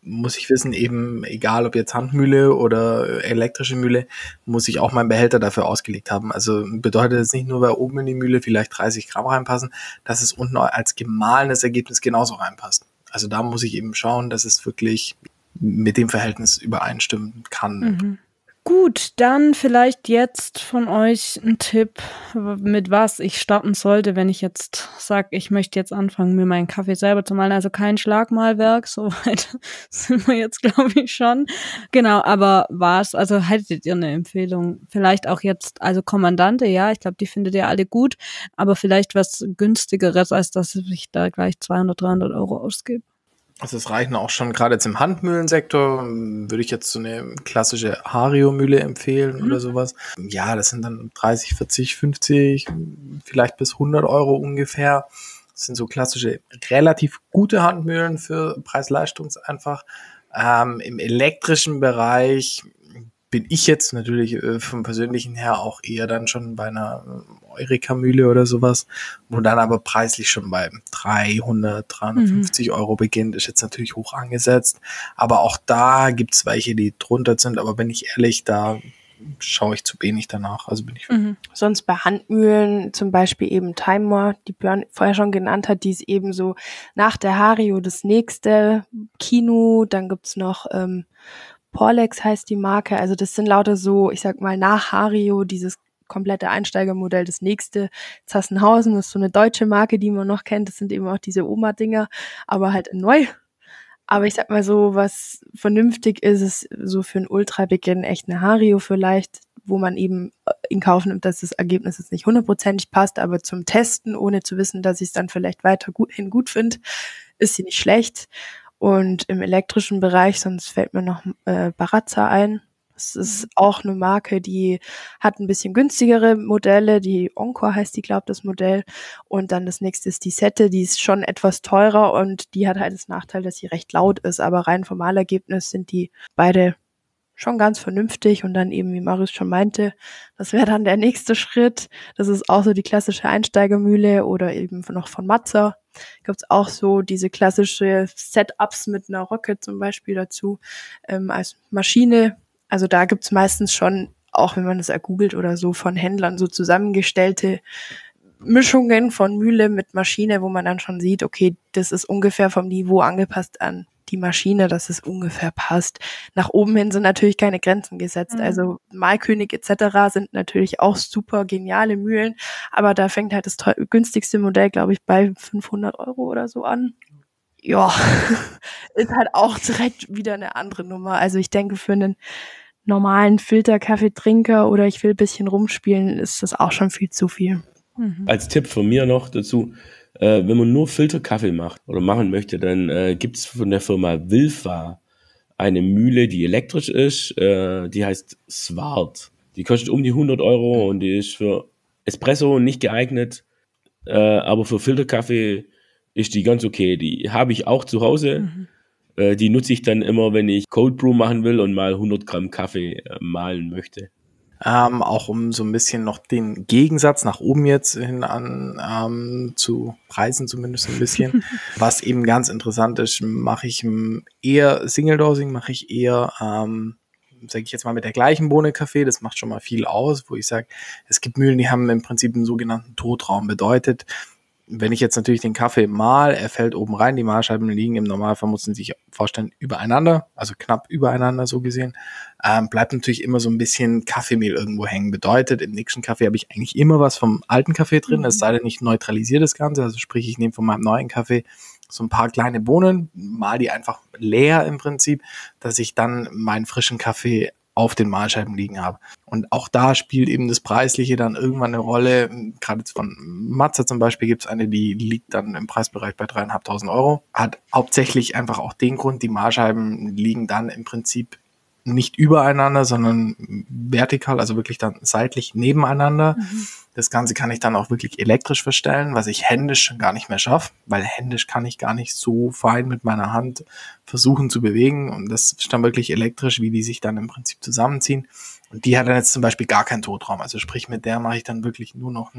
muss ich wissen, eben egal ob jetzt Handmühle oder elektrische Mühle, muss ich auch meinen Behälter dafür ausgelegt haben. Also bedeutet es nicht nur, weil oben in die Mühle vielleicht dreißig Gramm reinpassen, dass es unten als gemahlenes Ergebnis genauso reinpasst. Also da muss ich eben schauen, dass es wirklich mit dem Verhältnis übereinstimmen kann. Mhm. Gut, dann vielleicht jetzt von euch ein Tipp, mit was ich starten sollte, wenn ich jetzt sage, ich möchte jetzt anfangen, mir meinen Kaffee selber zu malen. Also kein Schlagmalwerk, soweit sind wir jetzt, glaube ich, schon. Genau, aber was, also hättet ihr eine Empfehlung? Vielleicht auch jetzt, also Kommandante, ja, ich glaube, die findet ihr alle gut, aber vielleicht was günstigeres, als dass ich da gleich zweihundert, dreihundert Euro ausgebe. Also es reichen auch schon, gerade jetzt im Handmühlensektor, würde ich jetzt so eine klassische Hario-Mühle empfehlen mhm. oder sowas. Ja, das sind dann dreißig, vierzig, fünfzig, vielleicht bis hundert Euro ungefähr. Das sind so klassische, relativ gute Handmühlen für Preis-Leistung einfach. Ähm, im elektrischen Bereich bin ich jetzt natürlich äh, vom Persönlichen her auch eher dann schon bei einer Eureka-Mühle oder sowas, wo dann aber preislich schon bei dreihundert, dreihundertfünfzig mhm. Euro beginnt, ist jetzt natürlich hoch angesetzt, aber auch da gibt's welche, die drunter sind, aber bin ich ehrlich, da schaue ich zu wenig danach, also bin ich mhm. Sonst bei Handmühlen zum Beispiel eben Timemore, die Björn vorher schon genannt hat, die ist eben so nach der Hario das nächste Kino, dann gibt's noch ähm, Porlex heißt die Marke, also das sind lauter so, ich sag mal, nach Hario dieses komplette Einsteigermodell, das nächste Zassenhausen, das ist so eine deutsche Marke, die man noch kennt, das sind eben auch diese Oma-Dinger, aber halt in neu. Aber ich sag mal so, was vernünftig ist, ist so für einen Ultra-Beginn echt eine Hario vielleicht, wo man eben in Kauf nimmt, dass das Ergebnis jetzt nicht hundertprozentig passt, aber zum Testen, ohne zu wissen, dass ich es dann vielleicht weiterhin gut finde, ist sie nicht schlecht. Und im elektrischen Bereich, sonst fällt mir noch äh, Baratza ein. Das ist auch eine Marke, die hat ein bisschen günstigere Modelle. Die Encore heißt die, glaube ich, das Modell. Und dann das nächste ist die Sette, die ist schon etwas teurer und die hat halt das Nachteil, dass sie recht laut ist. Aber rein vom Wahlergebnis sind die beide schon ganz vernünftig. Und dann eben, wie Marius schon meinte, das wäre dann der nächste Schritt. Das ist auch so die klassische Einsteigermühle oder eben noch von Matzer. Gibt's auch so diese klassische Setups mit einer Rocket zum Beispiel dazu ähm, als Maschine. Also da gibt's meistens schon, auch wenn man das ergoogelt oder so, von Händlern so zusammengestellte Mischungen von Mühle mit Maschine, wo man dann schon sieht, okay, das ist ungefähr vom Niveau angepasst an die Maschine, dass es ungefähr passt. Nach oben hin sind natürlich keine Grenzen gesetzt. Mhm. Also Malkönig et cetera sind natürlich auch super geniale Mühlen, aber da fängt halt das teuer, günstigste Modell, glaube ich, bei fünfhundert Euro oder so an. Ja, ist halt auch direkt wieder eine andere Nummer. Also ich denke, für einen normalen Filterkaffeetrinker oder ich will ein bisschen rumspielen, ist das auch schon viel zu viel. Mhm. Als Tipp von mir noch dazu, äh, wenn man nur Filterkaffee macht oder machen möchte, dann äh, gibt es von der Firma Wilfa eine Mühle, die elektrisch ist, äh, die heißt Swart. Die kostet um die hundert Euro und die ist für Espresso nicht geeignet, äh, aber für Filterkaffee ist die ganz okay. Die habe ich auch zu Hause. Mhm. Äh, die nutze ich dann immer, wenn ich Cold Brew machen will und mal hundert Gramm Kaffee äh, mahlen möchte. Ähm, auch um so ein bisschen noch den Gegensatz nach oben jetzt hin an ähm, zu preisen zumindest ein bisschen. Was eben ganz interessant ist, mache ich eher Single Dosing, mache ich eher, ähm, sage ich jetzt mal, mit der gleichen Bohne Kaffee. Das macht schon mal viel aus, wo ich sage, es gibt Mühlen, die haben im Prinzip einen sogenannten Totraum. Bedeutet, wenn ich jetzt natürlich den Kaffee mal, er fällt oben rein, die Mahlscheiben liegen im Normalfall, muss man sich vorstellen, übereinander, also knapp übereinander so gesehen, ähm, bleibt natürlich immer so ein bisschen Kaffeemehl irgendwo hängen. Bedeutet, im nächsten Kaffee habe ich eigentlich immer was vom alten Kaffee drin, es sei denn, ich neutralisiere das Ganze, also sprich, ich nehme von meinem neuen Kaffee so ein paar kleine Bohnen, mal die einfach leer im Prinzip, dass ich dann meinen frischen Kaffee auf den Mahlscheiben liegen habe. Und auch da spielt eben das Preisliche dann irgendwann eine Rolle. Gerade von Matze zum Beispiel gibt es eine, die liegt dann im Preisbereich bei dreieinhalbtausend Euro. Hat hauptsächlich einfach auch den Grund, die Mahlscheiben liegen dann im Prinzip nicht übereinander, sondern vertikal, also wirklich dann seitlich nebeneinander. Mhm. Das Ganze kann ich dann auch wirklich elektrisch verstellen, was ich händisch schon gar nicht mehr schaffe, weil händisch kann ich gar nicht so fein mit meiner Hand versuchen zu bewegen. Und das ist dann wirklich elektrisch, wie die sich dann im Prinzip zusammenziehen. Und die hat dann jetzt zum Beispiel gar keinen Totraum. Also sprich, mit der mache ich dann wirklich nur noch einen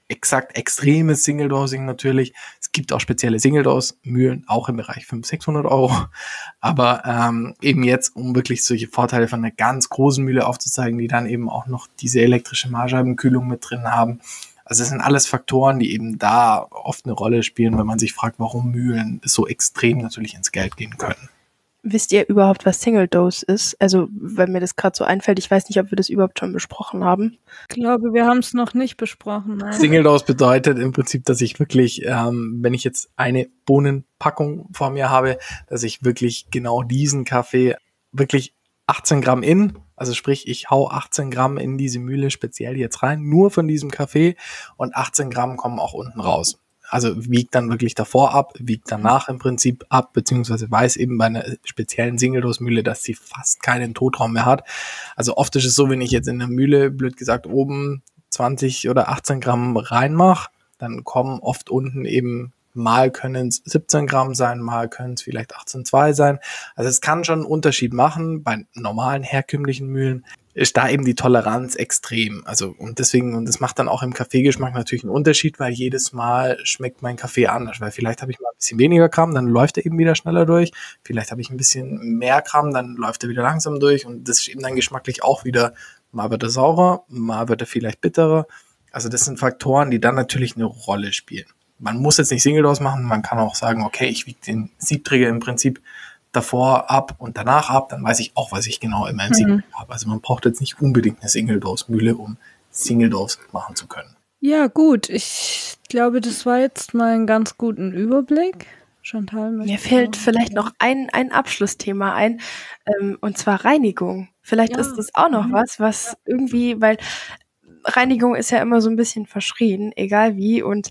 exakt extremes Single-Dosing natürlich. Es gibt auch spezielle Single-Dose-Mühlen, auch im Bereich fünfhundert, sechshundert Euro. Aber ähm, eben jetzt, um wirklich solche Vorteile von einer ganz großen Mühle aufzuzeigen, die dann eben auch noch diese elektrische Mahlscheibenkühlung mit drin haben. Also das sind alles Faktoren, die eben da oft eine Rolle spielen, wenn man sich fragt, warum Mühlen so extrem natürlich ins Geld gehen können. Wisst ihr überhaupt, was Single Dose ist? Also, weil mir das gerade so einfällt, ich weiß nicht, ob wir das überhaupt schon besprochen haben. Ich glaube, wir haben es noch nicht besprochen. Nein. Single Dose bedeutet im Prinzip, dass ich wirklich, ähm, wenn ich jetzt eine Bohnenpackung vor mir habe, dass ich wirklich genau diesen Kaffee wirklich achtzehn Gramm in, also sprich, ich hau achtzehn Gramm in diese Mühle speziell jetzt rein, nur von diesem Kaffee, und achtzehn Gramm kommen auch unten raus. Also wiegt dann wirklich davor ab, wiegt danach im Prinzip ab, beziehungsweise weiß eben bei einer speziellen Single-Dose-Mühle, dass sie fast keinen Totraum mehr hat. Also oft ist es so, wenn ich jetzt in der Mühle, blöd gesagt, oben zwanzig oder achtzehn Gramm reinmache, dann kommen oft unten eben, mal können es siebzehn Gramm sein, mal können es vielleicht achtzehn Komma zwei sein. Also es kann schon einen Unterschied machen. Bei normalen herkömmlichen Mühlen ist da eben die Toleranz extrem. Also und deswegen, und das macht dann auch im Kaffeegeschmack natürlich einen Unterschied, weil jedes Mal schmeckt mein Kaffee anders. Weil vielleicht habe ich mal ein bisschen weniger Gramm, dann läuft er eben wieder schneller durch. Vielleicht habe ich ein bisschen mehr Gramm, dann läuft er wieder langsam durch. Und das ist eben dann geschmacklich auch wieder, mal wird er saurer, mal wird er vielleicht bitterer. Also das sind Faktoren, die dann natürlich eine Rolle spielen. Man muss jetzt nicht Single Dose machen, man kann auch sagen, okay, ich wiege den Siebträger im Prinzip davor ab und danach ab, dann weiß ich auch, was ich genau in meinem mhm. Siebträger habe. Also man braucht jetzt nicht unbedingt eine Single Dose Mühle, um Single Dose machen zu können. Ja gut, ich glaube, das war jetzt mal einen ganz guten Überblick. Chantal, mir fällt vielleicht noch ein, ein Abschlussthema ein, ähm, und zwar Reinigung. Vielleicht ja. ist das auch noch was, was irgendwie, weil Reinigung ist ja immer so ein bisschen verschrien, egal wie, und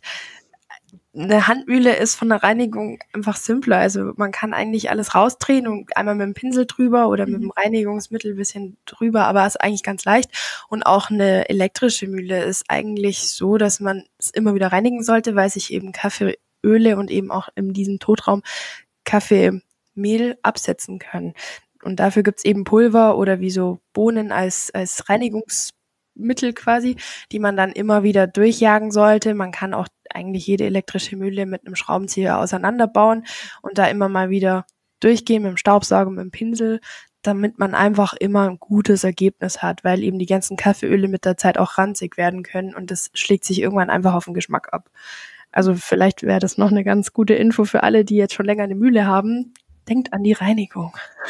eine Handmühle ist von der Reinigung einfach simpler. Also man kann eigentlich alles rausdrehen und einmal mit dem Pinsel drüber oder mit dem Reinigungsmittel ein bisschen drüber, aber ist eigentlich ganz leicht. Und auch eine elektrische Mühle ist eigentlich so, dass man es immer wieder reinigen sollte, weil sich eben Kaffeeöle und eben auch in diesem Totraum Kaffeemehl absetzen können. Und dafür gibt's eben Pulver oder wie so Bohnen als als Reinigungsmittel quasi, die man dann immer wieder durchjagen sollte. Man kann auch eigentlich jede elektrische Mühle mit einem Schraubenzieher auseinanderbauen und da immer mal wieder durchgehen mit dem Staubsauger, mit dem Pinsel, damit man einfach immer ein gutes Ergebnis hat, weil eben die ganzen Kaffeeöle mit der Zeit auch ranzig werden können und das schlägt sich irgendwann einfach auf den Geschmack ab. Also vielleicht wäre das noch eine ganz gute Info für alle, die jetzt schon länger eine Mühle haben. Denkt an die Reinigung.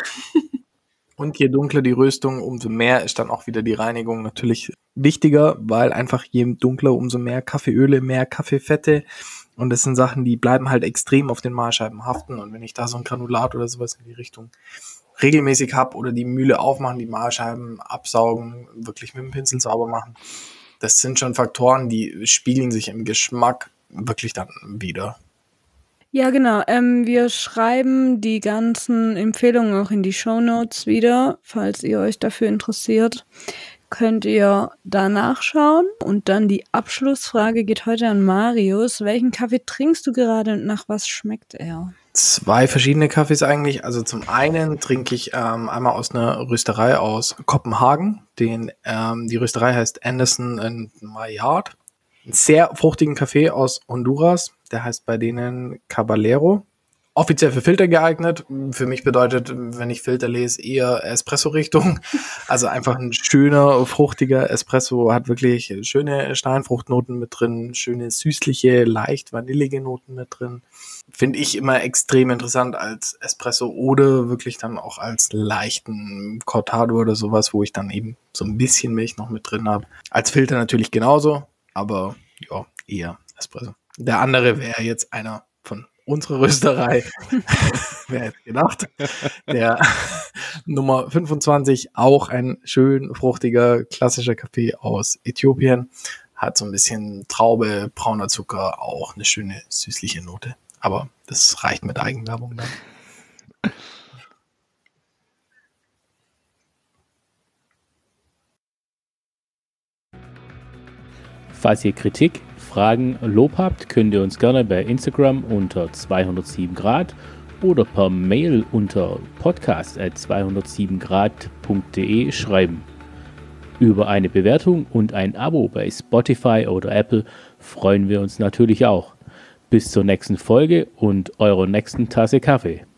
Und je dunkler die Röstung, umso mehr ist dann auch wieder die Reinigung natürlich wichtiger, weil einfach je dunkler, umso mehr Kaffeeöle, mehr Kaffeefette. Und das sind Sachen, die bleiben halt extrem auf den Mahlscheiben haften. Und wenn ich da so ein Granulat oder sowas in die Richtung regelmäßig habe oder die Mühle aufmachen, die Mahlscheiben absaugen, wirklich mit dem Pinsel sauber machen, das sind schon Faktoren, die spiegeln sich im Geschmack wirklich dann wieder. Ja, genau. Ähm, wir schreiben die ganzen Empfehlungen auch in die Shownotes wieder. Falls ihr euch dafür interessiert, könnt ihr da nachschauen. Und dann die Abschlussfrage geht heute an Marius. Welchen Kaffee trinkst du gerade und nach was schmeckt er? Zwei verschiedene Kaffees eigentlich. Also zum einen trinke ich ähm, einmal aus einer Rösterei aus Kopenhagen. Den, ähm, die Rösterei heißt Anderson and Maillard. Einen sehr fruchtigen Kaffee aus Honduras. Der heißt bei denen Caballero. Offiziell für Filter geeignet. Für mich bedeutet, wenn ich Filter lese, eher Espresso-Richtung. Also einfach ein schöner, fruchtiger Espresso. Hat wirklich schöne Steinfruchtnoten mit drin. Schöne, süßliche, leicht vanillige Noten mit drin. Finde ich immer extrem interessant als Espresso oder wirklich dann auch als leichten Cortado oder sowas, wo ich dann eben so ein bisschen Milch noch mit drin habe. Als Filter natürlich genauso, aber ja, eher Espresso. Der andere wäre jetzt einer von unserer Rösterei. Wer hätte gedacht? Der Nummer fünfundzwanzig, auch ein schön fruchtiger, klassischer Kaffee aus Äthiopien. Hat so ein bisschen Traube, brauner Zucker, auch eine schöne, süßliche Note. Aber das reicht mit Eigenwerbung dann. Falls ihr Kritik, Fragen, Lob habt, könnt ihr uns gerne bei Instagram unter zweihundertsieben Grad oder per Mail unter podcast at zweihundertsieben grad punkt de schreiben. Über eine Bewertung und ein Abo bei Spotify oder Apple freuen wir uns natürlich auch. Bis zur nächsten Folge und eurer nächsten Tasse Kaffee.